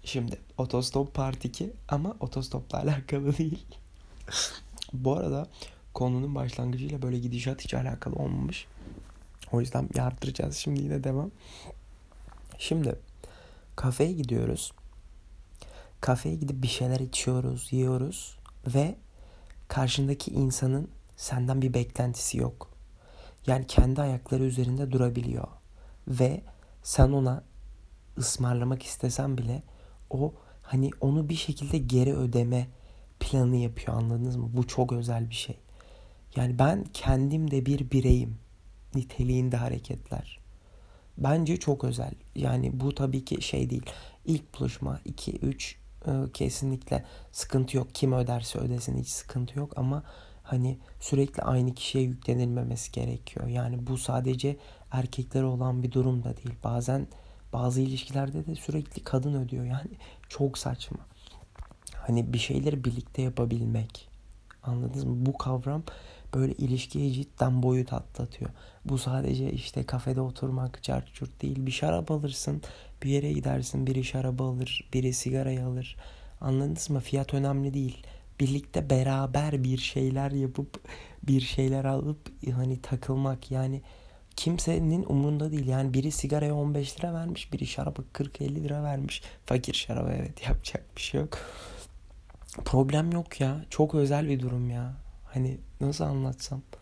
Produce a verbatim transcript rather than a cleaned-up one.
Şimdi otostop part iki ama otostopla alakalı değil. Bu arada konunun başlangıcıyla böyle gidişat hiç alakalı olmamış. O yüzden yardıracağız şimdi yine devam. Şimdi kafeye gidiyoruz. Kafeye gidip bir şeyler içiyoruz, yiyoruz ve karşındaki insanın senden bir beklentisi yok. Yani kendi ayakları üzerinde durabiliyor. Ve sen ona ısmarlamak istesen bile o hani onu bir şekilde geri ödeme planı yapıyor, anladınız mı? Bu çok özel bir şey. Yani ben kendim de bir bireyim niteliğinde hareketler. Bence çok özel. Yani bu tabii ki şey değil. İlk buluşma iki üç kesinlikle sıkıntı yok. Kim öderse ödesin, hiç sıkıntı yok ama hani sürekli aynı kişiye yüklenilmemesi gerekiyor. Yani bu sadece erkeklere olan bir durum da değil. Bazen bazı ilişkilerde de sürekli kadın ödüyor. Yani çok saçma. Hani bir şeyleri birlikte yapabilmek. Anladınız mı? Bu kavram böyle ilişkiye cidden boyut atlatıyor. Bu sadece işte kafede oturmak, cart curt değil. Bir şarap alırsın, bir yere gidersin, biri şarabı alır, biri sigarayı alır. Anladınız mı? Fiyat önemli değil. Birlikte beraber bir şeyler yapıp, bir şeyler alıp hani takılmak. Yani kimsenin umurunda değil. Yani biri sigaraya on beş lira vermiş, biri şaraba kırk elli lira vermiş. Fakir şaraba, evet, yapacak bir şey yok. Problem yok ya. Çok özel bir durum ya. Hani nasıl anlatsam.